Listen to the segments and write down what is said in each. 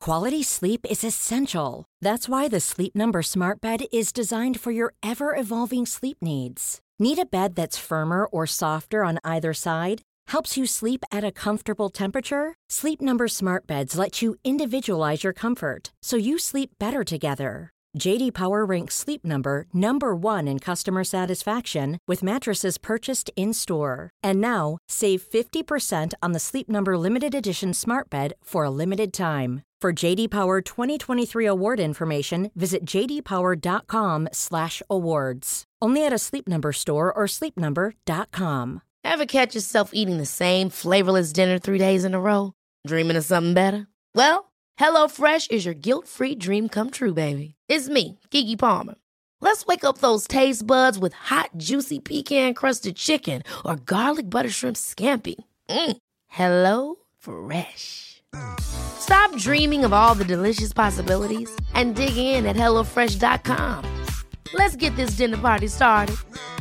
Quality sleep is essential. That's why the Sleep Number Smart Bed is designed for your ever-evolving sleep needs. Need a bed that's firmer or softer on either side? Helps you sleep at a comfortable temperature? Sleep Number Smart Beds let you individualize your comfort, so you sleep better together. J.D. Power ranks Sleep Number number 1 in customer satisfaction with mattresses purchased in-store. And now, save 50% on the Sleep Number Limited Edition Smart Bed for a limited time. For J.D. Power 2023 award information, visit jdpower.com/awards. Only at a Sleep Number store or sleepnumber.com. Ever catch yourself eating the same flavorless dinner 3 days in a row? Dreaming of something better? Well, HelloFresh is your guilt-free dream come true, baby. It's me, Keke Palmer. Let's wake up those taste buds with hot, juicy pecan-crusted chicken or garlic butter shrimp scampi. Hello Fresh. Stop dreaming of all the delicious possibilities and dig in at HelloFresh.com. Let's get this dinner party started.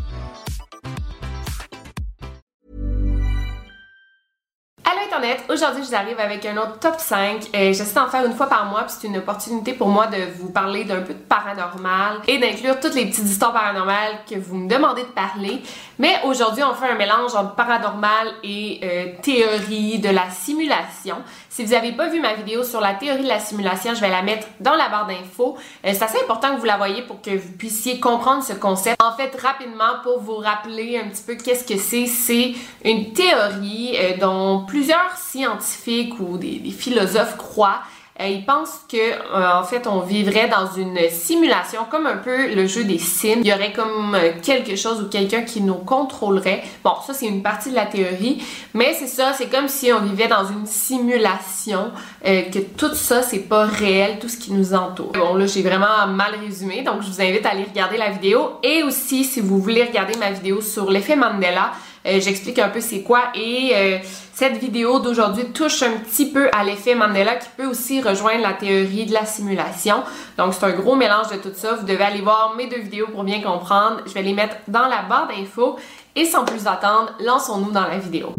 Allô Internet, aujourd'hui je vous arrive avec un autre top 5. J'essaie d'en faire une fois par mois puis c'est une opportunité pour moi de vous parler d'un peu de paranormal et d'inclure toutes les petites histoires paranormales que vous me demandez de parler. Mais aujourd'hui on fait un mélange entre paranormal et théorie de la simulation. Si vous n'avez pas vu ma vidéo sur la théorie de la simulation, je vais la mettre dans la barre d'infos. C'est assez important que vous la voyez pour que vous puissiez comprendre ce concept. En fait, rapidement, pour vous rappeler un petit peu qu'est-ce que c'est une théorie dont plusieurs scientifiques ou des philosophes croient. Ils pensent que en fait on vivrait dans une simulation comme un peu le jeu des Sims. Il y aurait comme quelque chose ou quelqu'un qui nous contrôlerait. Bon, ça c'est une partie de la théorie, mais c'est ça, c'est comme si on vivait dans une simulation, que tout ça c'est pas réel, tout ce qui nous entoure. Bon là j'ai vraiment mal résumé, donc je vous invite à aller regarder la vidéo et aussi si vous voulez regarder ma vidéo sur l'effet Mandela. J'explique un peu c'est quoi et cette vidéo d'aujourd'hui touche un petit peu à l'effet Mandela qui peut aussi rejoindre la théorie de la simulation. Donc c'est un gros mélange de tout ça. Vous devez aller voir mes 2 vidéos pour bien comprendre. Je vais les mettre dans la barre d'infos et sans plus attendre, lançons-nous dans la vidéo.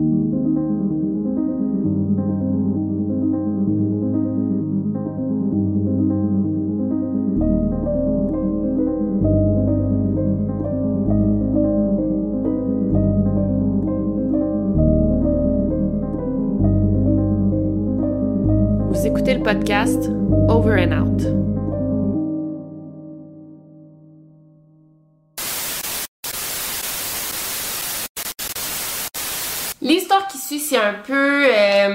Vous écoutez le podcast Over and Out. L'histoire qui suit, c'est un peu...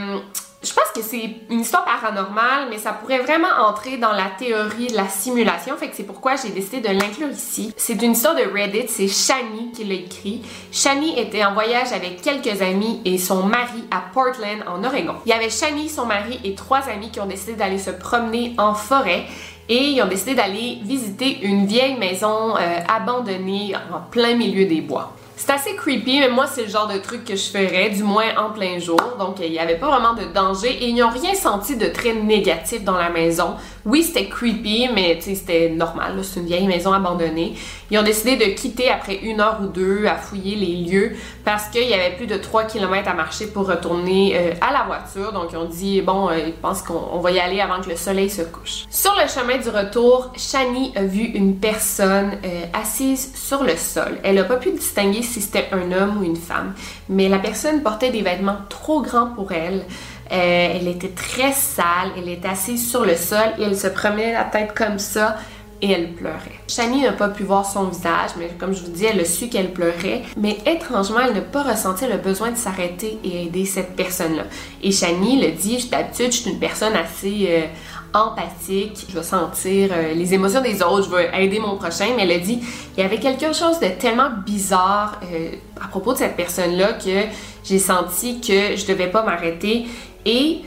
je pense que c'est une histoire paranormale, mais ça pourrait vraiment entrer dans la théorie de la simulation, fait que c'est pourquoi j'ai décidé de l'inclure ici. C'est une histoire de Reddit, c'est Shani qui l'a écrit. Shani était en voyage avec quelques amis et son mari à Portland, en Oregon. Il y avait Shani, son mari et 3 amis qui ont décidé d'aller se promener en forêt et ils ont décidé d'aller visiter une vieille maison abandonnée en plein milieu des bois. C'est assez creepy, mais moi, c'est le genre de truc que je ferais, du moins en plein jour. Donc, il n'y avait pas vraiment de danger et ils n'ont rien senti de très négatif dans la maison. Oui, c'était creepy, mais c'était normal, là, c'est une vieille maison abandonnée. Ils ont décidé de quitter après 1 heure ou 2 à fouiller les lieux parce qu'il y avait plus de 3 km à marcher pour retourner à la voiture. Donc, ils ont dit, bon, ils pensent qu'on va y aller avant que le soleil se couche. Sur le chemin du retour, Shani a vu une personne assise sur le sol. Elle n'a pas pu distinguer si c'était un homme ou une femme, mais la personne portait des vêtements trop grands pour elle. Elle était très sale, elle était assise sur le sol et elle se promenait la tête comme ça et elle pleurait. Shani n'a pas pu voir son visage, mais comme je vous dis, elle a su qu'elle pleurait, mais étrangement, elle n'a pas ressenti le besoin de s'arrêter et aider cette personne-là. Et Shani le dit, d'habitude, je suis une personne assez empathique, je vais sentir les émotions des autres, je vais aider mon prochain, mais elle a dit, il y avait quelque chose de tellement bizarre à propos de cette personne-là que j'ai senti que je devais pas m'arrêter et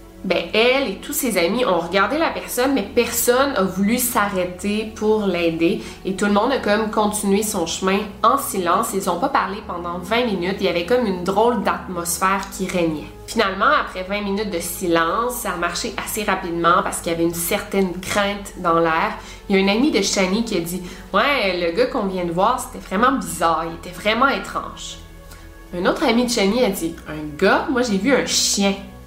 elle et tous ses amis ont regardé la personne, mais personne n'a voulu s'arrêter pour l'aider. Et tout le monde a comme continué son chemin en silence. Ils n'ont pas parlé pendant 20 minutes. Il y avait comme une drôle d'atmosphère qui régnait. Finalement, après 20 minutes de silence, ça a marché assez rapidement parce qu'il y avait une certaine crainte dans l'air. Il y a un ami de Shani qui a dit « Ouais, le gars qu'on vient de voir, c'était vraiment bizarre. Il était vraiment étrange. » Un autre ami de Shani a dit « Un gars? Moi, j'ai vu un chien. »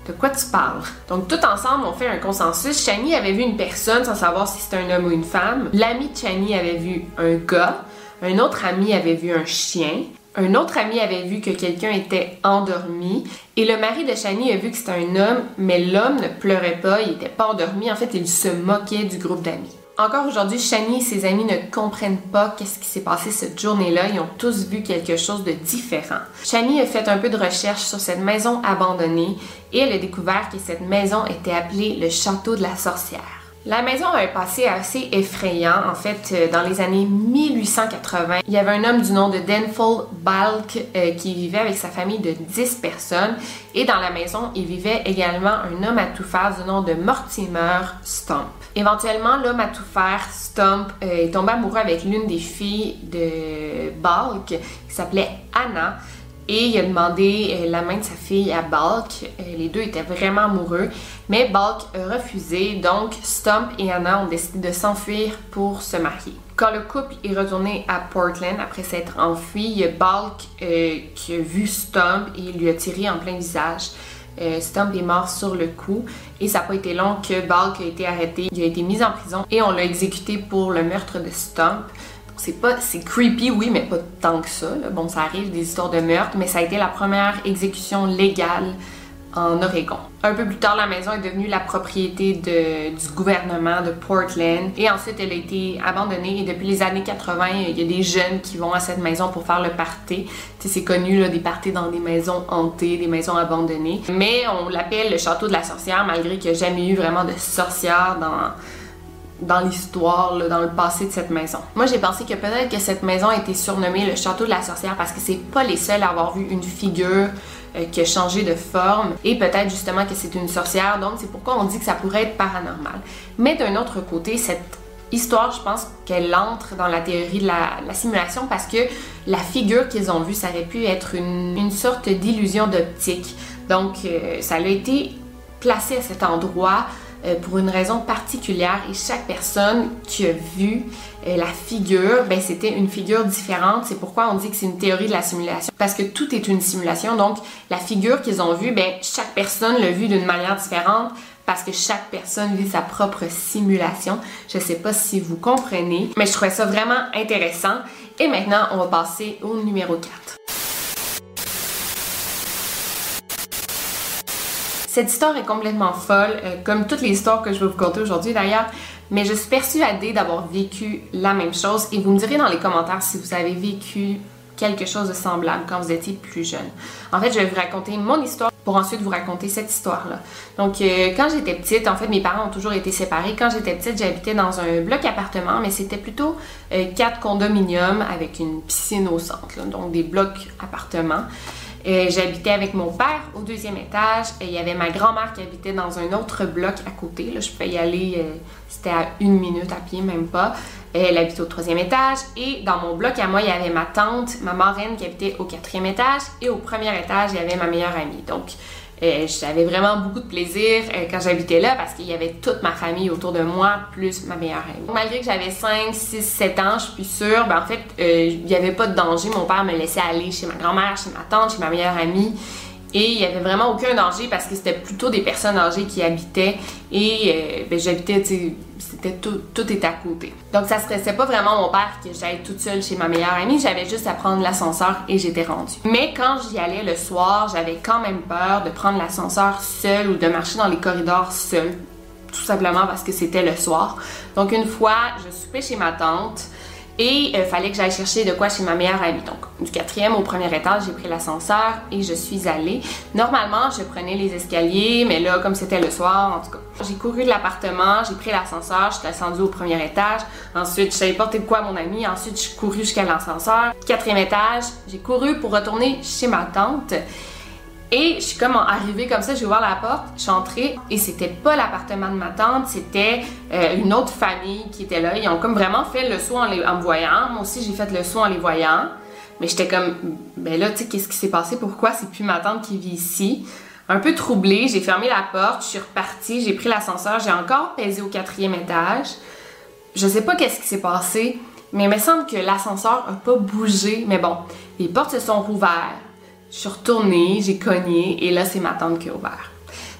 De quoi tu parles? Donc, tout ensemble, on fait un consensus. Shani avait vu une personne sans savoir si c'était un homme ou une femme. L'ami de Shani avait vu un gars. Un autre ami avait vu un chien. Un autre ami avait vu que quelqu'un était endormi. Et le mari de Shani a vu que c'était un homme, mais l'homme ne pleurait pas, il n'était pas endormi. En fait, il se moquait du groupe d'amis. Encore aujourd'hui, Shani et ses amis ne comprennent pas qu'est-ce qui s'est passé cette journée-là. Ils ont tous vu quelque chose de différent. Shani a fait un peu de recherche sur cette maison abandonnée et elle a découvert que cette maison était appelée le Château de la Sorcière. La maison a un passé assez effrayant. En fait, dans les années 1880, il y avait un homme du nom de Denful Balk qui vivait avec sa famille de 10 personnes. Et dans la maison, il vivait également un homme à tout faire du nom de Mortimer Stump. Éventuellement, l'homme à tout faire, Stump, est tombé amoureux avec l'une des filles de Balk qui s'appelait Anna. Et il a demandé la main de sa fille à Balk. Les deux étaient vraiment amoureux. Mais Balk a refusé. Donc, Stump et Anna ont décidé de s'enfuir pour se marier. Quand le couple est retourné à Portland après s'être enfui, il y a Balk qui a vu Stump et lui a tiré en plein visage. Stump est mort sur le coup et ça n'a pas été long que Balk a été arrêté. Il a été mis en prison et on l'a exécuté pour le meurtre de Stump. C'est creepy, oui, mais pas tant que ça. Là. Bon, ça arrive des histoires de meurtre, mais ça a été la première exécution légale en Oregon. Un peu plus tard, la maison est devenue la propriété du gouvernement de Portland et ensuite elle a été abandonnée et depuis les années 80, il y a des jeunes qui vont à cette maison pour faire le party. Tu sais, c'est connu, là, des parties dans des maisons hantées, des maisons abandonnées. Mais on l'appelle le Château de la Sorcière malgré qu'il n'y a jamais eu vraiment de sorcière dans l'histoire, là, dans le passé de cette maison. Moi, j'ai pensé que peut-être que cette maison a été surnommée le Château de la Sorcière parce que c'est pas les seuls à avoir vu une figure qui a changé de forme et peut-être justement que c'est une sorcière, donc c'est pourquoi on dit que ça pourrait être paranormal. Mais d'un autre côté, cette histoire, je pense qu'elle entre dans la théorie de la simulation parce que la figure qu'ils ont vue, ça aurait pu être une sorte d'illusion d'optique. Donc, ça a été placé à cet endroit pour une raison particulière et chaque personne qui a vu la figure, ben c'était une figure différente. C'est pourquoi on dit que c'est une théorie de la simulation parce que tout est une simulation. Donc la figure qu'ils ont vue, ben chaque personne l'a vue d'une manière différente parce que chaque personne vit sa propre simulation. Je sais pas si vous comprenez, mais je trouvais ça vraiment intéressant. Et maintenant, on va passer au numéro 4. Cette histoire est complètement folle, comme toutes les histoires que je vais vous conter aujourd'hui d'ailleurs, mais je suis persuadée d'avoir vécu la même chose et vous me direz dans les commentaires si vous avez vécu quelque chose de semblable quand vous étiez plus jeune. En fait, je vais vous raconter mon histoire pour ensuite vous raconter cette histoire-là. Donc, quand j'étais petite, en fait, mes parents ont toujours été séparés. Quand j'étais petite, j'habitais dans un bloc appartement, mais c'était plutôt 4 condominiums avec une piscine au centre, là, donc des blocs appartements. J'habitais avec mon père au 2e étage et il y avait ma grand-mère qui habitait dans un autre bloc à côté. Là, je pouvais y aller, c'était à 1 minute à pied, même pas. Elle habitait au 3e étage et dans mon bloc à moi, il y avait ma tante, ma marraine qui habitait au 4e étage et au 1er étage, il y avait ma meilleure amie. Donc, j'avais vraiment beaucoup de plaisir quand j'habitais là parce qu'il y avait toute ma famille autour de moi, plus ma meilleure amie. Malgré que j'avais 5, 6, 7 ans, je suis sûre, ben en fait, il n'y avait pas de danger. Mon père me laissait aller chez ma grand-mère, chez ma tante, chez ma meilleure amie. Et il n'y avait vraiment aucun danger parce que c'était plutôt des personnes âgées qui habitaient et j'habitais, tu sais, c'était tout était à côté. Donc ça stressait pas vraiment mon père que j'aille toute seule chez ma meilleure amie, j'avais juste à prendre l'ascenseur et j'étais rendue. Mais quand j'y allais le soir, j'avais quand même peur de prendre l'ascenseur seule ou de marcher dans les corridors seule, tout simplement parce que c'était le soir. Donc une fois, je soupais chez ma tante. Et il fallait que j'aille chercher de quoi chez ma meilleure amie. Donc, du 4e au 1er étage, j'ai pris l'ascenseur et je suis allée. Normalement, je prenais les escaliers, mais là, comme c'était le soir, en tout cas, j'ai couru de l'appartement, j'ai pris l'ascenseur, je suis descendue au 1er étage. Ensuite, je savais porter de quoi à mon ami. Ensuite, je suis courue jusqu'à l'ascenseur. 4e étage, j'ai couru pour retourner chez ma tante. Et je suis comme arrivée comme ça, j'ai ouvert la porte, je suis entrée et c'était pas l'appartement de ma tante, c'était une autre famille qui était là. Ils ont comme vraiment fait le saut en me voyant. Moi aussi, j'ai fait le saut en les voyant. Mais j'étais comme, ben là, tu sais, qu'est-ce qui s'est passé? Pourquoi c'est plus ma tante qui vit ici? Un peu troublée, j'ai fermé la porte, je suis repartie, j'ai pris l'ascenseur, j'ai encore pesé au 4e étage. Je sais pas qu'est-ce qui s'est passé, mais il me semble que l'ascenseur a pas bougé. Mais bon, les portes se sont rouvertes. Je suis retournée, j'ai cogné et là, c'est ma tante qui a ouvert.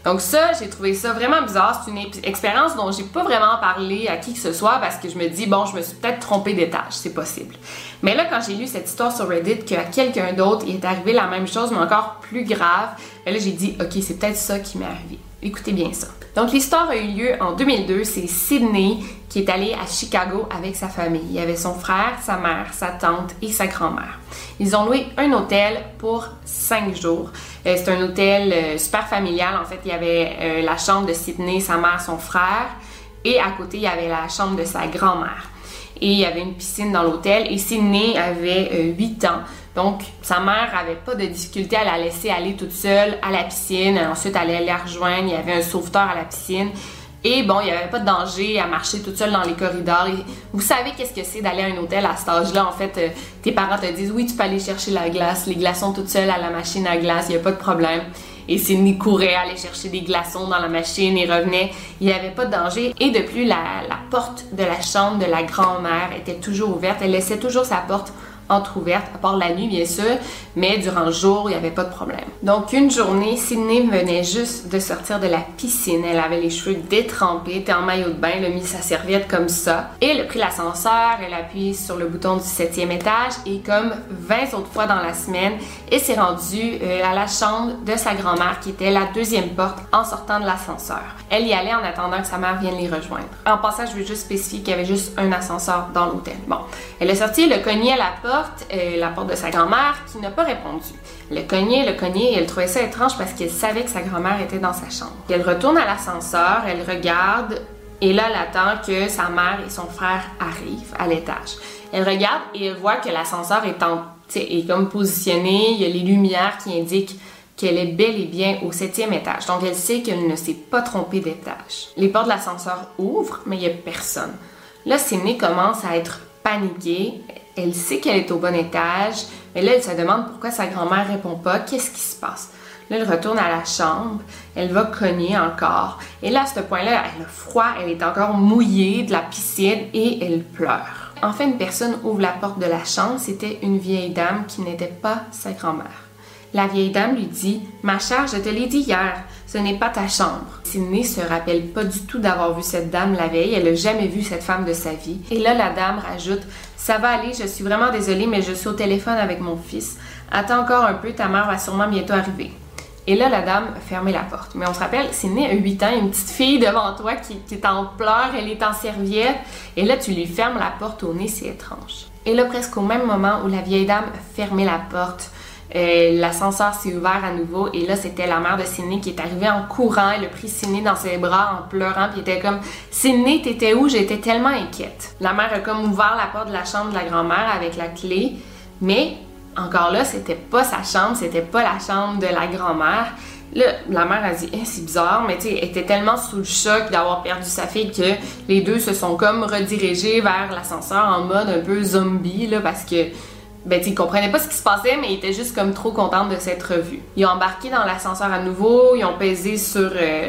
Donc ça, j'ai trouvé ça vraiment bizarre. C'est une expérience dont j'ai pas vraiment parlé à qui que ce soit parce que je me dis, bon, je me suis peut-être trompée d'étage, c'est possible. Mais là, quand j'ai lu cette histoire sur Reddit, qu'à quelqu'un d'autre, il est arrivé la même chose, mais encore plus grave, là, j'ai dit, ok, c'est peut-être ça qui m'est arrivé. Écoutez bien ça. Donc, l'histoire a eu lieu en 2002. C'est Sydney qui est allé à Chicago avec sa famille. Il y avait son frère, sa mère, sa tante et sa grand-mère. Ils ont loué un hôtel pour 5 jours. C'est un hôtel super familial. En fait, il y avait la chambre de Sydney, sa mère, son frère. Et à côté, il y avait la chambre de sa grand-mère. Et il y avait une piscine dans l'hôtel. Et Sydney avait 8 ans. Donc, sa mère avait pas de difficulté à la laisser aller toute seule à la piscine. Ensuite, elle allait la rejoindre. Il y avait un sauveteur à la piscine. Et bon, il n'y avait pas de danger à marcher toute seule dans les corridors. Et vous savez qu'est-ce que c'est d'aller à un hôtel à cet âge-là. En fait, tes parents te disent, oui, tu peux aller chercher la glace. Les glaçons toute seule à la machine à glace. Il n'y a pas de problème. Et Sydney courait, aller chercher des glaçons dans la machine et revenait. Il n'y avait pas de danger. Et de plus, la porte de la chambre de la grand-mère était toujours ouverte. Elle laissait toujours sa porte entrouverte, à part la nuit bien sûr, mais durant le jour, il n'y avait pas de problème. Donc une journée, Sydney venait juste de sortir de la piscine. Elle avait les cheveux détrempés, était en maillot de bain, elle a mis sa serviette comme ça. Et elle a pris l'ascenseur, elle a appuyé sur le bouton du 7e étage et comme 20 autres fois dans la semaine, elle s'est rendue à la chambre de sa grand-mère qui était la 2e porte en sortant de l'ascenseur. Elle y allait en attendant que sa mère vienne les rejoindre. En passant, je veux juste spécifier qu'il y avait juste un ascenseur dans l'hôtel. Bon, elle est sortie, elle a cogné à la porte de sa grand-mère qui n'a pas répondu. Elle a cogné et elle trouvait ça étrange parce qu'elle savait que sa grand-mère était dans sa chambre. Puis elle retourne à l'ascenseur, elle regarde et là elle attend que sa mère et son frère arrivent à l'étage. Elle regarde et elle voit que l'ascenseur est comme positionné, il y a les lumières qui indiquent qu'elle est bel et bien au 7e étage. Donc elle sait qu'elle ne s'est pas trompée d'étage. Les portes de l'ascenseur ouvrent, mais il n'y a personne. Là, Sydney commence à être paniquée. Elle sait qu'elle est au bon étage, mais là, elle se demande pourquoi sa grand-mère répond pas, qu'est-ce qui se passe? Là, elle retourne à la chambre, elle va cogner encore. Et là, à ce point-là, elle a froid, elle est encore mouillée de la piscine et elle pleure. Enfin, une personne ouvre la porte de la chambre, c'était une vieille dame qui n'était pas sa grand-mère. La vieille dame lui dit « Ma chère, je te l'ai dit hier, ce n'est pas ta chambre. » Sydney se rappelle pas du tout d'avoir vu cette dame la veille, elle n'a jamais vu cette femme de sa vie. Et là, la dame rajoute « Ça va aller, je suis vraiment désolée, mais je suis au téléphone avec mon fils. Attends encore un peu, ta mère va sûrement bientôt arriver. » Et là, la dame a fermé la porte. Mais on se rappelle, Sydney a 8 ans, il y a une petite fille devant toi qui est en pleurs, elle est en serviette. Et là, tu lui fermes la porte au nez, c'est étrange. Et là, presque au même moment où la vieille dame a fermé la porte, l'ascenseur s'est ouvert à nouveau et là c'était la mère de Sydney qui est arrivée en courant, elle a pris Sydney dans ses bras en pleurant puis elle était comme « Sydney, t'étais où? J'étais tellement inquiète. » La mère a comme ouvert la porte de la chambre de la grand-mère avec la clé, mais encore là c'était pas sa chambre, c'était pas la chambre de la grand-mère. Là, la mère a dit « c'est bizarre », mais tu sais, elle était tellement sous le choc d'avoir perdu sa fille que les deux se sont comme redirigés vers l'ascenseur en mode un peu zombie là parce que ils comprenaient pas ce qui se passait, mais ils étaient juste comme trop contents de s'être revus. Ils ont embarqué dans l'ascenseur à nouveau, ils ont pesé sur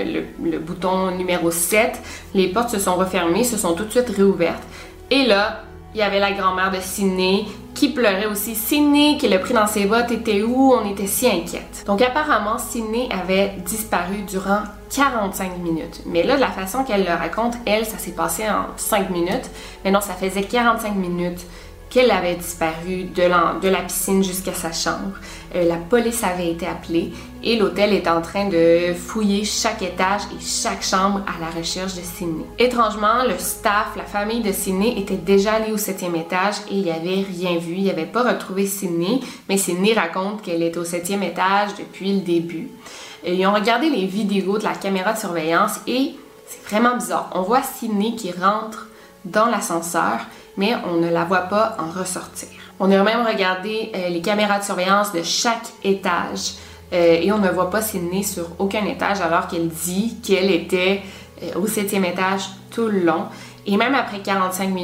le bouton numéro 7, les portes se sont refermées, se sont tout de suite réouvertes. Et là, il y avait la grand-mère de Sydney qui pleurait aussi. Sydney, qui l'a pris dans ses bras, t'étais où? On était si inquiètes. Donc apparemment, Sydney avait disparu durant 45 minutes. Mais là, de la façon qu'elle le raconte, elle, ça s'est passé en 5 minutes. Mais non, ça faisait 45 minutes qu'elle avait disparu de la piscine jusqu'à sa chambre. La police avait été appelée et l'hôtel est en train de fouiller chaque étage et chaque chambre à la recherche de Sydney. Étrangement, le staff, la famille de Sydney était déjà allé au 7e étage et il n'y avait rien vu. Il n'avait pas retrouvé Sydney, mais Sydney raconte qu'elle est au 7e étage depuis le début. Ils ont regardé les vidéos de la caméra de surveillance et c'est vraiment bizarre. On voit Sydney qui rentre dans l'ascenseur, mais on ne la voit pas en ressortir. On a même regardé les caméras de surveillance de chaque étage et on ne voit pas Sydney sur aucun étage alors qu'elle dit qu'elle était au 7e étage tout le long. Et même après 45 minutes,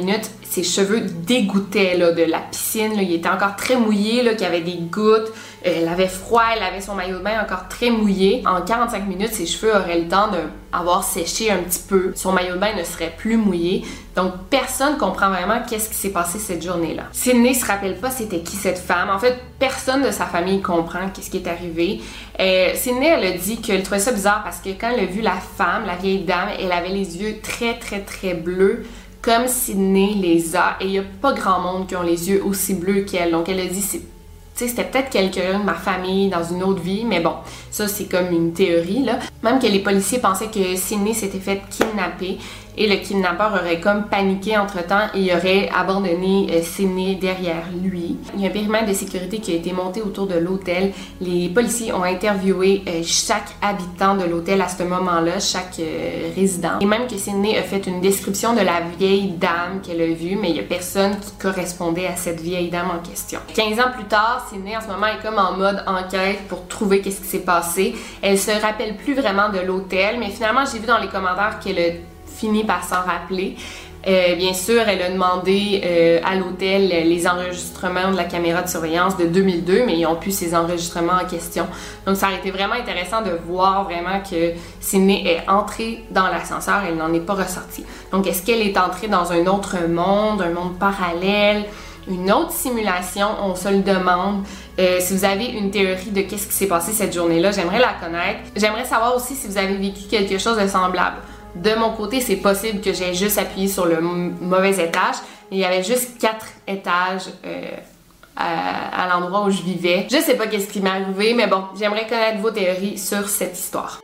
ses cheveux dégoûtaient là, de la piscine. Là. Il était encore très mouillé, là, qu'il y avait des gouttes. Elle avait froid, elle avait son maillot de bain encore très mouillé. En 45 minutes, ses cheveux auraient le temps d'avoir séché un petit peu. Son maillot de bain ne serait plus mouillé. Donc, personne comprend vraiment qu'est-ce qui s'est passé cette journée-là. Sydney se rappelle pas c'était qui cette femme. En fait, personne de sa famille comprend qu'est-ce qui est arrivé. Sydney, elle a dit qu'elle trouvait ça bizarre parce que quand elle a vu la femme, la vieille dame, elle avait les yeux très, très, très bleus, comme Sydney les a. Et il n'y a pas grand monde qui ont les yeux aussi bleus qu'elle. Donc, elle a dit, c'était peut-être quelqu'un de ma famille dans une autre vie, mais bon, ça c'est comme une théorie, là. Même que les policiers pensaient que Sydney s'était fait kidnapper et le kidnappeur aurait comme paniqué entre-temps et il aurait abandonné Sydney derrière lui. Il y a un périmètre de sécurité qui a été monté autour de l'hôtel. Les policiers ont interviewé chaque habitant de l'hôtel à ce moment-là, chaque résident. Et même que Sydney a fait une description de la vieille dame qu'elle a vue, mais il n'y a personne qui correspondait à cette vieille dame en question. 15 ans plus tard, Sydney en ce moment est comme en mode enquête pour trouver qu'est-ce qui s'est passé. Elle se rappelle plus vraiment de l'hôtel, mais finalement j'ai vu dans les commentaires qu'elle a fini par s'en rappeler. Bien sûr, elle a demandé à l'hôtel les enregistrements de la caméra de surveillance de 2002, mais ils ont plus ces enregistrements en question. Donc, ça aurait été vraiment intéressant de voir vraiment que Sydney est entrée dans l'ascenseur, elle n'en est pas ressortie. Donc, est-ce qu'elle est entrée dans un autre monde, un monde parallèle, une autre simulation? On se le demande. Si vous avez une théorie de qu'est-ce qui s'est passé cette journée-là, j'aimerais la connaître. J'aimerais savoir aussi si vous avez vécu quelque chose de semblable. De mon côté, c'est possible que j'ai juste appuyé sur le mauvais étage. Il y avait juste 4 étages à l'endroit où je vivais. Je sais pas qu'est-ce qui m'est arrivé, mais bon, j'aimerais connaître vos théories sur cette histoire.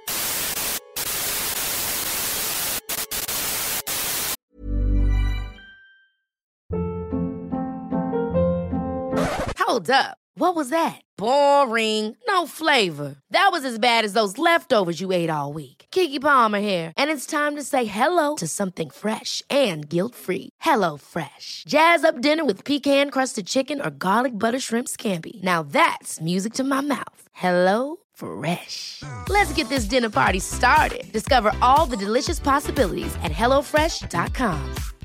Hold up. What was that? Boring. No flavor. That was as bad as those leftovers you ate all week. Keke Palmer here, and it's time to say hello to something fresh and guilt-free. Hello Fresh. Jazz up dinner with pecan-crusted chicken or garlic butter shrimp scampi. Now that's music to my mouth. Hello Fresh. Let's get this dinner party started. Discover all the delicious possibilities at hellofresh.com.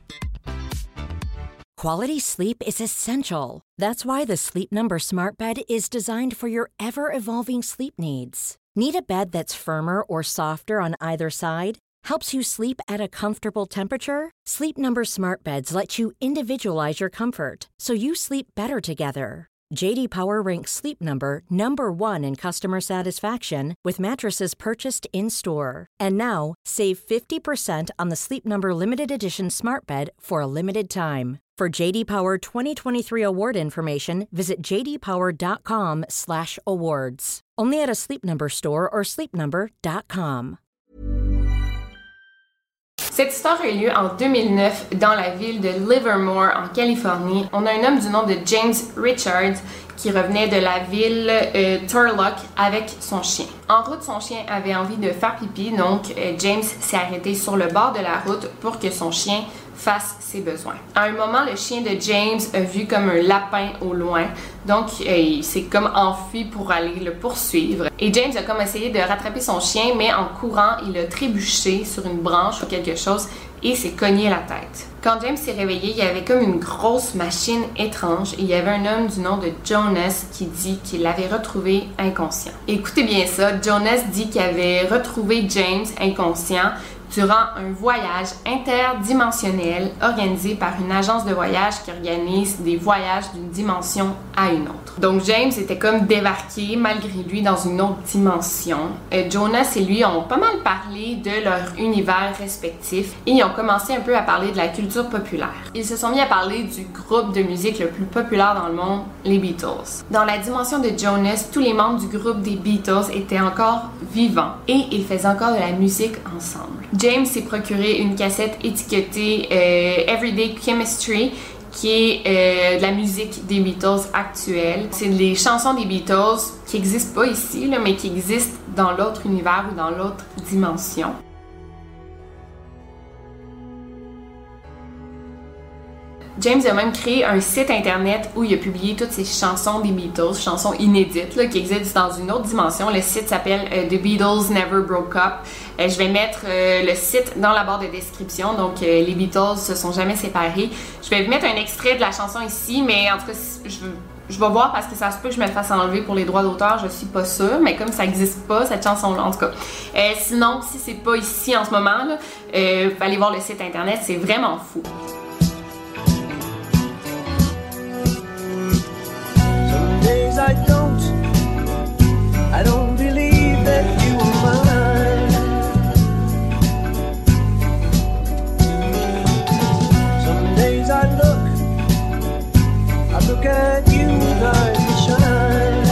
Quality sleep is essential. That's why the Sleep Number Smart Bed is designed for your ever-evolving sleep needs. Need a bed that's firmer or softer on either side? Helps you sleep at a comfortable temperature? Sleep Number Smart Beds let you individualize your comfort, so you sleep better together. J.D. Power ranks Sleep Number number 1 in customer satisfaction with mattresses purchased in-store. And now, save 50% on the Sleep Number Limited Edition Smart Bed for a limited time. For J.D. Power 2023 award information, visit jdpower.com/awards. Only at a Sleep Number store or sleepnumber.com. Cette histoire a eu lieu en 2009 dans la ville de Livermore, en Californie. On a un homme du nom de James Richards qui revenait de la ville Turlock avec son chien. En route, son chien avait envie de faire pipi, donc James s'est arrêté sur le bord de la route pour que son chien fasse ses besoins. À un moment, le chien de James a vu comme un lapin au loin, donc il s'est comme enfui pour aller le poursuivre. Et James a comme essayé de rattraper son chien, mais en courant, il a trébuché sur une branche ou quelque chose et s'est cogné la tête. Quand James s'est réveillé, il y avait comme une grosse machine étrange et il y avait un homme du nom de Jonas qui dit qu'il l'avait retrouvé inconscient. Écoutez bien ça, Jonas dit qu'il avait retrouvé James inconscient durant un voyage interdimensionnel organisé par une agence de voyage qui organise des voyages d'une dimension à une autre. Donc James était comme débarqué malgré lui dans une autre dimension. Jonas et lui ont pas mal parlé de leur univers respectif et ils ont commencé un peu à parler de la culture populaire. Ils se sont mis à parler du groupe de musique le plus populaire dans le monde, les Beatles. Dans la dimension de Jonas, tous les membres du groupe des Beatles étaient encore vivants et ils faisaient encore de la musique ensemble. James s'est procuré une cassette étiquetée Everyday Chemistry qui est de la musique des Beatles actuelle. C'est les chansons des Beatles qui n'existent pas ici, là, mais qui existent dans l'autre univers ou dans l'autre dimension. James a même créé un site internet où il a publié toutes ses chansons des Beatles, chansons inédites là, qui existent dans une autre dimension. Le site s'appelle The Beatles Never Broke Up. Je vais mettre le site dans la barre de description. Donc, les Beatles se sont jamais séparés. Je vais vous mettre un extrait de la chanson ici, mais en tout cas, je vais voir parce que ça se peut que je me fasse enlever pour les droits d'auteur, je suis pas sûre, mais comme ça n'existe pas, cette chanson-là, en tout cas. Sinon, si c'est pas ici en ce moment, là, allez voir le site internet, c'est vraiment fou. I don't believe that you are mine. Some days I look at you and I shine.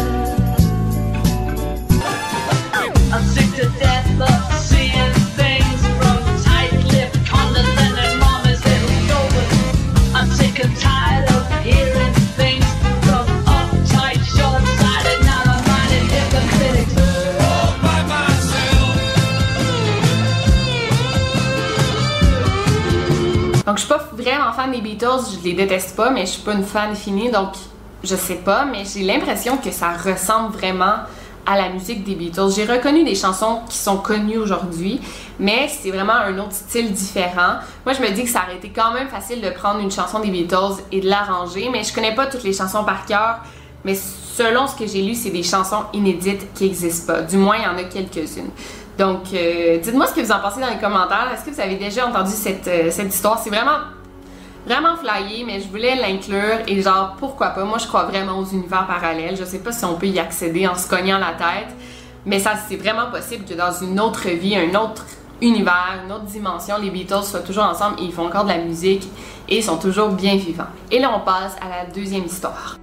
I'm sick to death of seeing things from tight-lipped condescending mamas little going. I'm sick and tired of hearing things from uptight, short-sighted, narrow-minded hypocritics. All by myself. Donc, je suis pas vraiment fan des Beatles, je les déteste pas, mais je suis pas une fan finie, donc je sais pas, mais j'ai l'impression que ça ressemble vraiment à la musique des Beatles. J'ai reconnu des chansons qui sont connues aujourd'hui, mais c'est vraiment un autre style différent. Moi, je me dis que ça aurait été quand même facile de prendre une chanson des Beatles et de l'arranger, mais je connais pas toutes les chansons par cœur, mais selon ce que j'ai lu, c'est des chansons inédites qui n'existent pas. Du moins, il y en a quelques-unes. Donc, dites-moi ce que vous en pensez dans les commentaires. Est-ce que vous avez déjà entendu cette histoire? C'est vraiment flyé, mais je voulais l'inclure et genre, pourquoi pas? Moi, je crois vraiment aux univers parallèles. Je sais pas si on peut y accéder en se cognant la tête, mais ça, c'est vraiment possible que dans une autre vie, un autre univers, une autre dimension, les Beatles soient toujours ensemble et ils font encore de la musique et ils sont toujours bien vivants. Et là, on passe à la deuxième histoire.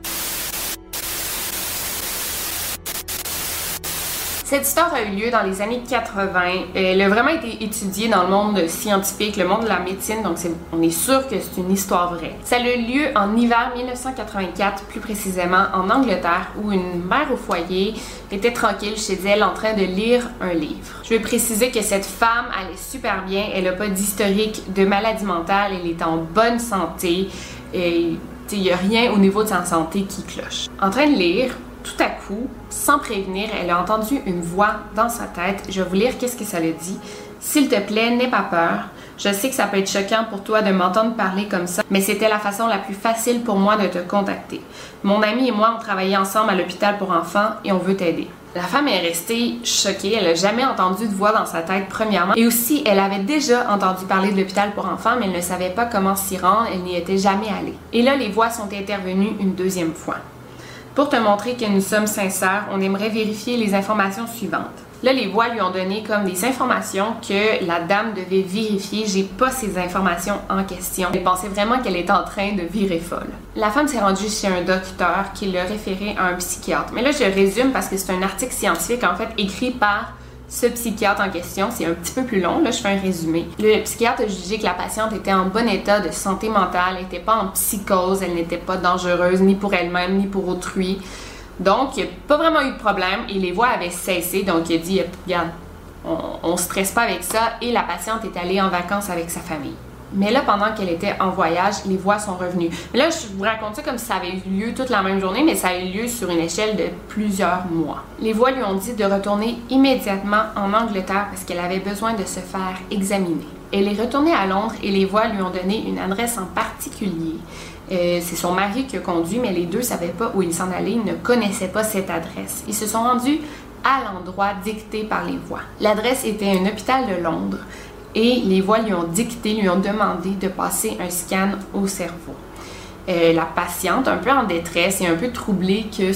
Cette histoire a eu lieu dans les années 80. Elle a vraiment été étudiée dans le monde scientifique, le monde de la médecine, donc on est sûr que c'est une histoire vraie. Ça a eu lieu en hiver 1984, plus précisément en Angleterre, où une mère au foyer était tranquille chez elle en train de lire un livre. Je vais préciser que cette femme allait super bien, elle n'a pas d'historique de maladie mentale, elle est en bonne santé, et il n'y a rien au niveau de sa santé qui cloche. En train de lire, tout à coup, sans prévenir, elle a entendu une voix dans sa tête. Je vais vous lire qu'est-ce que ça le dit. « S'il te plaît, n'aie pas peur. Je sais que ça peut être choquant pour toi de m'entendre parler comme ça, mais c'était la façon la plus facile pour moi de te contacter. Mon ami et moi, on travaillait ensemble à l'hôpital pour enfants et on veut t'aider. » La femme est restée choquée. Elle n'a jamais entendu de voix dans sa tête, premièrement. Et aussi, elle avait déjà entendu parler de l'hôpital pour enfants, mais elle ne savait pas comment s'y rendre. Elle n'y était jamais allée. Et là, les voix sont intervenues une deuxième fois. Pour te montrer que nous sommes sincères, on aimerait vérifier les informations suivantes. Là, les voix lui ont donné comme des informations que la dame devait vérifier. J'ai pas ces informations en question. Elle pensait vraiment qu'elle était en train de virer folle. La femme s'est rendue chez un docteur qui l'a référé à un psychiatre. Mais là, je résume parce que c'est un article scientifique, en fait, écrit par ce psychiatre en question. C'est un petit peu plus long, là, je fais un résumé. Le psychiatre a jugé que la patiente était en bon état de santé mentale, elle n'était pas en psychose, elle n'était pas dangereuse ni pour elle-même ni pour autrui. Donc, il n'y a pas vraiment eu de problème et les voix avaient cessé. Donc, il a dit, regarde, on ne stresse pas avec ça et la patiente est allée en vacances avec sa famille. Mais là, pendant qu'elle était en voyage, les voix sont revenues. Mais là, je vous raconte ça comme si ça avait eu lieu toute la même journée, mais ça a eu lieu sur une échelle de plusieurs mois. Les voix lui ont dit de retourner immédiatement en Angleterre parce qu'elle avait besoin de se faire examiner. Elle est retournée à Londres et les voix lui ont donné une adresse en particulier. C'est son mari qui a conduit, mais les deux ne savaient pas où ils s'en allaient, ils ne connaissaient pas cette adresse. Ils se sont rendus à l'endroit dicté par les voix. L'adresse était un hôpital de Londres. Et les voix lui ont dicté, lui ont demandé de passer un scan au cerveau. La patiente, un peu en détresse et un peu troublée que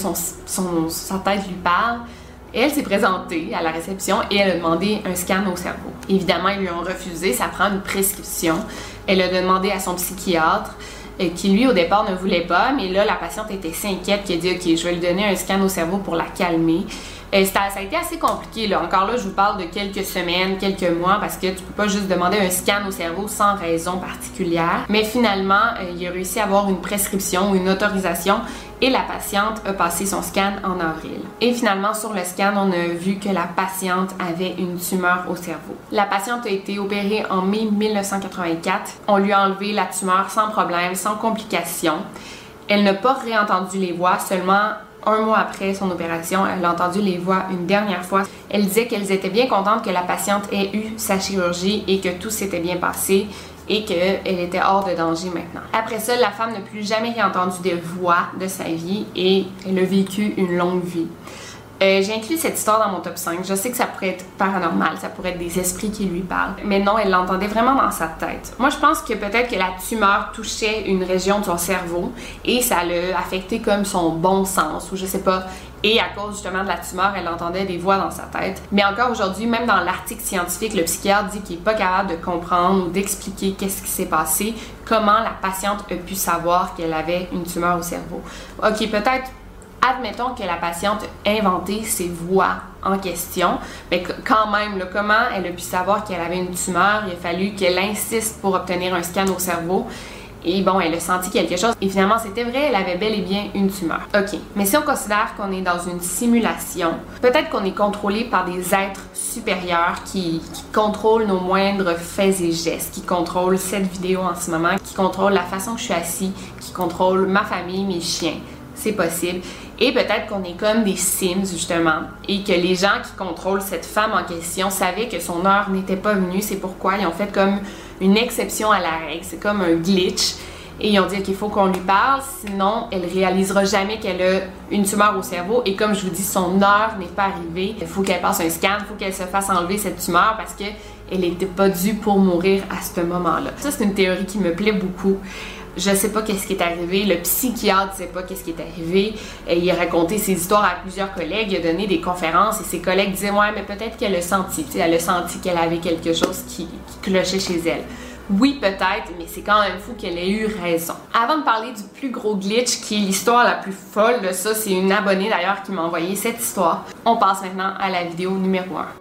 sa tête lui parle, elle s'est présentée à la réception et elle a demandé un scan au cerveau. Évidemment, ils lui ont refusé, ça prend une prescription. Elle a demandé à son psychiatre, qui lui, au départ, ne voulait pas, mais là, la patiente était si inquiète qu'elle a dit « Ok, je vais lui donner un scan au cerveau pour la calmer. » Ça a été assez compliqué, là. Encore là, je vous parle de quelques semaines, quelques mois, parce que tu peux pas juste demander un scan au cerveau sans raison particulière. Mais finalement, il a réussi à avoir une prescription ou une autorisation et la patiente a passé son scan en avril. Et finalement, sur le scan, on a vu que la patiente avait une tumeur au cerveau. La patiente a été opérée en mai 1984. On lui a enlevé la tumeur sans problème, sans complications. Elle n'a pas réentendu les voix, seulement 1 mois après son opération, elle a entendu les voix une dernière fois. Elle disait qu'elles étaient bien contentes que la patiente ait eu sa chirurgie et que tout s'était bien passé et qu'elle était hors de danger maintenant. Après ça, la femme n'a plus jamais réentendu de voix de sa vie et elle a vécu une longue vie. J'ai inclus cette histoire dans mon top 5. Je sais que ça pourrait être paranormal, ça pourrait être des esprits qui lui parlent. Mais non, elle l'entendait vraiment dans sa tête. Moi, je pense que peut-être que la tumeur touchait une région de son cerveau et ça l'a affecté comme son bon sens, ou je sais pas. Et à cause justement de la tumeur, elle entendait des voix dans sa tête. Mais encore aujourd'hui, même dans l'article scientifique, le psychiatre dit qu'il n'est pas capable de comprendre ou d'expliquer qu'est-ce qui s'est passé, comment la patiente a pu savoir qu'elle avait une tumeur au cerveau. Ok, peut-être... Admettons que la patiente a inventé ces voix en question, mais quand même, là, comment elle a pu savoir qu'elle avait une tumeur? Il a fallu qu'elle insiste pour obtenir un scan au cerveau. Et bon, elle a senti quelque chose. Et finalement, c'était vrai, elle avait bel et bien une tumeur. Ok, mais si on considère qu'on est dans une simulation, peut-être qu'on est contrôlé par des êtres supérieurs qui contrôlent nos moindres faits et gestes, qui contrôlent cette vidéo en ce moment, qui contrôlent la façon que je suis assis, qui contrôlent ma famille, mes chiens. C'est possible. Et peut-être qu'on est comme des Sims, justement, et que les gens qui contrôlent cette femme en question savaient que son heure n'était pas venue. C'est pourquoi ils ont fait comme une exception à la règle. C'est comme un glitch. Et ils ont dit qu'il faut qu'on lui parle, sinon elle réalisera jamais qu'elle a une tumeur au cerveau. Et comme je vous dis, son heure n'est pas arrivée. Il faut qu'elle passe un scan, il faut qu'elle se fasse enlever cette tumeur parce qu'elle n'était pas due pour mourir à ce moment-là. Ça, c'est une théorie qui me plaît beaucoup. Je sais pas qu'est-ce qui est arrivé, le psychiatre sait pas qu'est-ce qui est arrivé, il a raconté ses histoires à plusieurs collègues, il a donné des conférences et ses collègues disaient ouais mais peut-être qu'elle a senti, elle a senti qu'elle avait quelque chose qui clochait chez elle. Oui peut-être, mais c'est quand même fou qu'elle ait eu raison. Avant de parler du plus gros glitch qui est l'histoire la plus folle de ça, c'est une abonnée d'ailleurs qui m'a envoyé cette histoire. On passe maintenant à la vidéo numéro 1.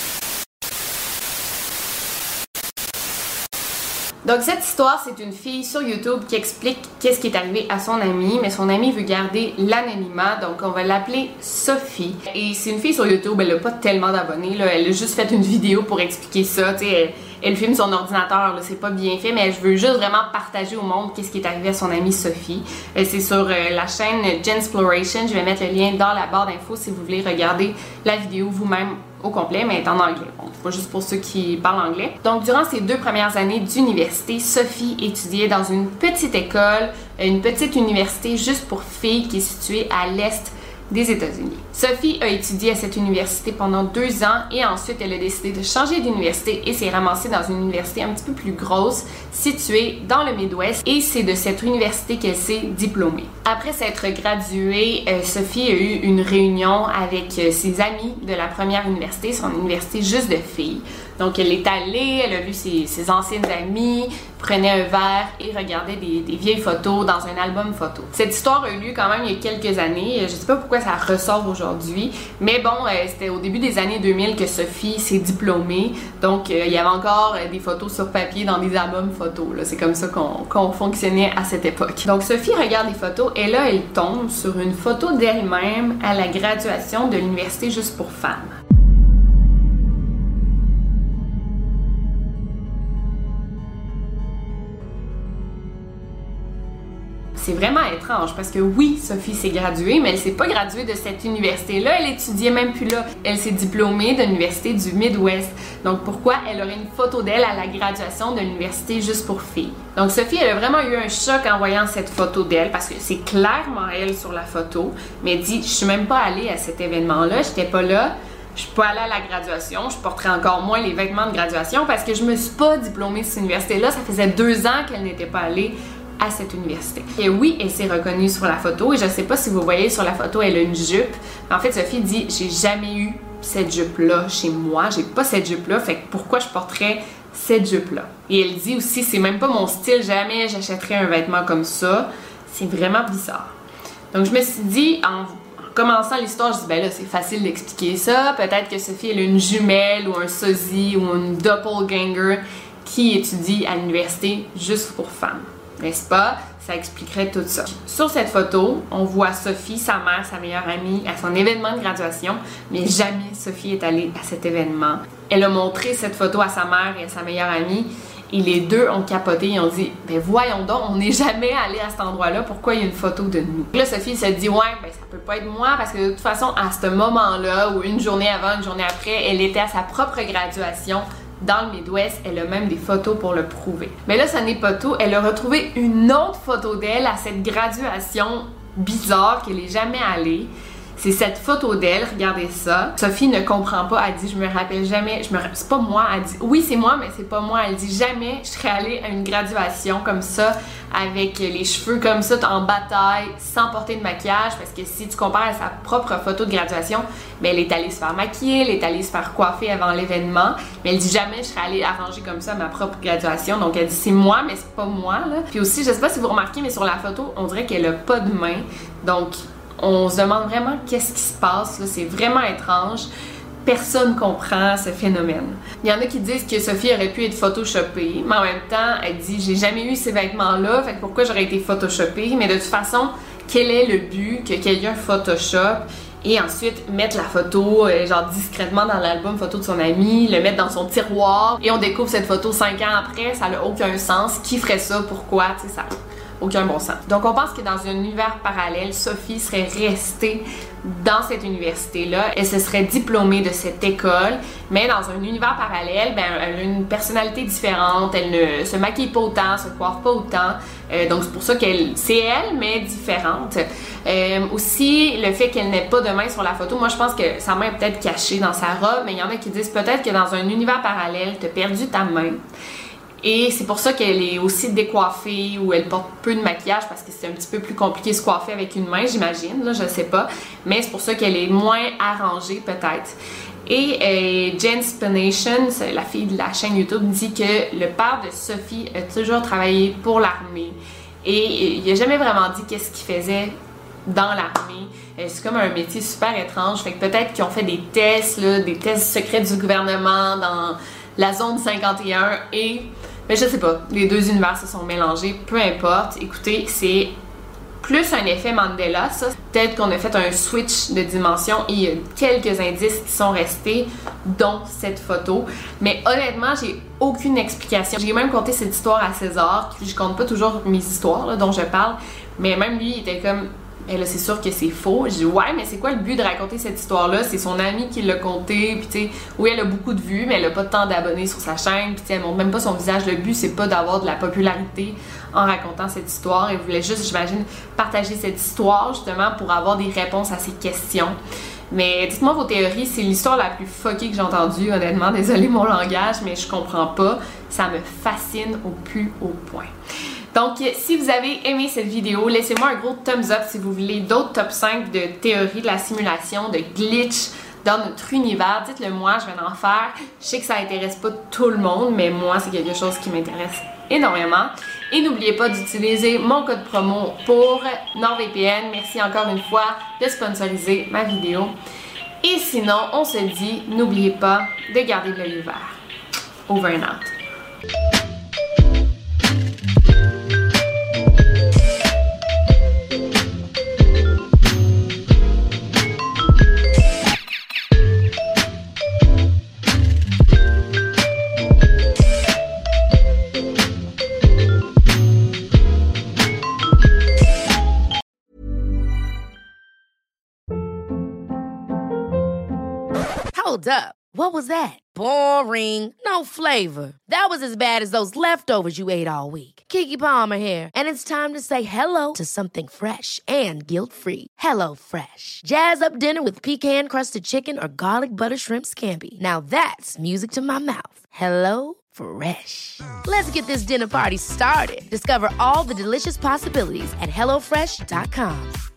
Donc cette histoire, c'est une fille sur YouTube qui explique qu'est-ce qui est arrivé à son amie, mais son amie veut garder l'anonymat, donc on va l'appeler Sophie. Et c'est une fille sur YouTube, elle a pas tellement d'abonnés, là, elle a juste fait une vidéo pour expliquer ça, tu sais, elle filme son ordinateur, là, c'est pas bien fait, mais je veux juste vraiment partager au monde qu'est-ce qui est arrivé à son amie Sophie. C'est sur la chaîne Gensploration, je vais mettre le lien dans la barre d'infos si vous voulez regarder la vidéo vous-même au complet, mais elle est en anglais. Bon, c'est pas juste pour ceux qui parlent anglais. Donc, durant ses 2 premières années d'université, Sophie étudiait dans une petite école, une petite université juste pour filles qui est située à l'est des États-Unis. Sophie a étudié à cette université pendant 2 ans et ensuite elle a décidé de changer d'université et s'est ramassée dans une université un petit peu plus grosse située dans le Midwest et c'est de cette université qu'elle s'est diplômée. Après s'être graduée, Sophie a eu une réunion avec ses amis de la première université, son université juste de filles. Donc elle est allée, elle a vu ses anciennes amies, prenait un verre et regardait des vieilles photos dans un album photo. Cette histoire a eu lieu quand même il y a quelques années, je sais pas pourquoi ça ressort aujourd'hui, mais bon, c'était au début des années 2000 que Sophie s'est diplômée, donc il y avait encore des photos sur papier dans des albums photos, là. C'est comme ça qu'on fonctionnait à cette époque. Donc Sophie regarde les photos et là elle tombe sur une photo d'elle-même à la graduation de l'université juste pour femmes. C'est vraiment étrange parce que oui, Sophie s'est graduée, mais elle s'est pas graduée de cette université-là, elle étudiait même plus là. Elle s'est diplômée de l'université du Midwest. Donc pourquoi elle aurait une photo d'elle à la graduation de l'université juste pour filles? Donc Sophie, elle a vraiment eu un choc en voyant cette photo d'elle parce que c'est clairement elle sur la photo, mais elle dit « Je suis même pas allée à cet événement-là, j'étais pas là. » Je suis pas allée à la graduation, je porterais encore moins les vêtements de graduation parce que je me suis pas diplômée de cette université-là. Ça faisait 2 ans qu'elle n'était pas allée à cette université. Et oui, elle s'est reconnue sur la photo et je sais pas si vous voyez sur la photo, elle a une jupe. En fait, Sophie dit, j'ai jamais eu cette jupe-là chez moi, j'ai pas cette jupe-là, fait que pourquoi je porterais cette jupe-là? Et elle dit aussi, c'est même pas mon style, jamais j'achèterais un vêtement comme ça. C'est vraiment bizarre. Donc je me suis dit, commençant l'histoire, je dis, ben là, c'est facile d'expliquer ça. Peut-être que Sophie, elle a une jumelle ou un sosie ou une doppelganger qui étudie à l'université juste pour femmes. N'est-ce pas? Ça expliquerait tout ça. Sur cette photo, on voit Sophie, sa mère, sa meilleure amie, à son événement de graduation, mais jamais Sophie est allée à cet événement. Elle a montré cette photo à sa mère et à sa meilleure amie, et les deux ont capoté et ont dit « Ben voyons donc, on n'est jamais allé à cet endroit-là, pourquoi il y a une photo de nous? » Là, Sophie se dit « Ouais, ben ça peut pas être moi, parce que de toute façon, à ce moment-là, ou une journée avant, une journée après, elle était à sa propre graduation, dans le Midwest, elle a même des photos pour le prouver. Mais là, ça n'est pas tout. Elle a retrouvé une autre photo d'elle à cette graduation bizarre qu'elle n'est jamais allée. C'est cette photo d'elle, regardez ça. Sophie ne comprend pas, elle dit, je me rappelle jamais, c'est pas moi, elle dit, oui c'est moi, mais c'est pas moi. Elle dit, jamais je serais allée à une graduation comme ça, avec les cheveux comme ça, en bataille, sans porter de maquillage, parce que si tu compares à sa propre photo de graduation, ben elle est allée se faire maquiller, elle est allée se faire coiffer avant l'événement, mais elle dit, jamais je serais allée arranger comme ça ma propre graduation. Donc elle dit, c'est moi, mais c'est pas moi, là. Puis aussi, je sais pas si vous remarquez, mais sur la photo, on dirait qu'elle a pas de main, donc on se demande vraiment qu'est-ce qui se passe, là. C'est vraiment étrange. Personne comprend ce phénomène. Il y en a qui disent que Sophie aurait pu être photoshopée, mais en même temps, elle dit « J'ai jamais eu ces vêtements-là, fait que pourquoi j'aurais été photoshopée? » Mais de toute façon, quel est le but que quelqu'un photoshop et ensuite mettre la photo genre discrètement dans l'album photo de son ami, le mettre dans son tiroir et on découvre cette photo 5 ans après, ça n'a aucun sens. Qui ferait ça? Pourquoi? Tu sais, ça aucun bon sens. Donc on pense que dans un univers parallèle, Sophie serait restée dans cette université-là, elle se serait diplômée de cette école, mais dans un univers parallèle, ben, elle a une personnalité différente, elle ne se maquille pas autant, se coiffe pas autant, donc c'est pour ça c'est elle, mais différente. Aussi, le fait qu'elle n'ait pas de main sur la photo, moi je pense que sa main est peut-être cachée dans sa robe, mais il y en a qui disent peut-être que dans un univers parallèle, tu as perdu ta main. Et c'est pour ça qu'elle est aussi décoiffée ou elle porte peu de maquillage parce que c'est un petit peu plus compliqué de se coiffer avec une main, j'imagine, là, je sais pas. Mais c'est pour ça qu'elle est moins arrangée peut-être. Et Jen Spanation, la fille de la chaîne YouTube, dit que le père de Sophie a toujours travaillé pour l'armée. Et il a jamais vraiment dit qu'est-ce qu'il faisait dans l'armée. C'est comme un métier super étrange. Fait que peut-être qu'ils ont fait des tests, là, des tests secrets du gouvernement dans la zone 51 et... Mais je sais pas, les deux univers se sont mélangés, peu importe. Écoutez, c'est plus un effet Mandela, ça. Peut-être qu'on a fait un switch de dimension et il y a quelques indices qui sont restés, dont cette photo. Mais honnêtement, j'ai aucune explication. J'ai même conté cette histoire à César, puis je compte pas toujours mes histoires là, dont je parle, mais même lui, il était comme... Et là, c'est sûr que c'est faux. Je dis, ouais, mais c'est quoi le but de raconter cette histoire-là? C'est son amie qui l'a conté, puis tu sais, oui, elle a beaucoup de vues, mais elle a pas de temps d'abonnés sur sa chaîne, puis tu sais, elle montre même pas son visage. Le but, c'est pas d'avoir de la popularité en racontant cette histoire. Elle voulait juste, j'imagine, partager cette histoire, justement, pour avoir des réponses à ses questions. Mais dites-moi vos théories, c'est l'histoire la plus fuckée que j'ai entendue, honnêtement. Désolée mon langage, mais je comprends pas. Ça me fascine au plus haut point. Donc, si vous avez aimé cette vidéo, laissez-moi un gros thumbs up si vous voulez d'autres top 5 de théories de la simulation, de glitch dans notre univers. Dites-le moi, je vais en faire. Je sais que ça intéresse pas tout le monde, mais moi, c'est quelque chose qui m'intéresse énormément. Et n'oubliez pas d'utiliser mon code promo pour NordVPN. Merci encore une fois de sponsoriser ma vidéo. Et sinon, on se dit, n'oubliez pas de garder de l'œil ouvert. Over and out. Hold up. What was that? Boring. No flavor. That was as bad as those leftovers you ate all week. Keke Palmer here, and it's time to say hello to something fresh and guilt-free. Hello Fresh. Jazz up dinner with pecan-crusted chicken or garlic butter shrimp scampi. Now that's music to my mouth. Hello Fresh. Let's get this dinner party started. Discover all the delicious possibilities at HelloFresh.com.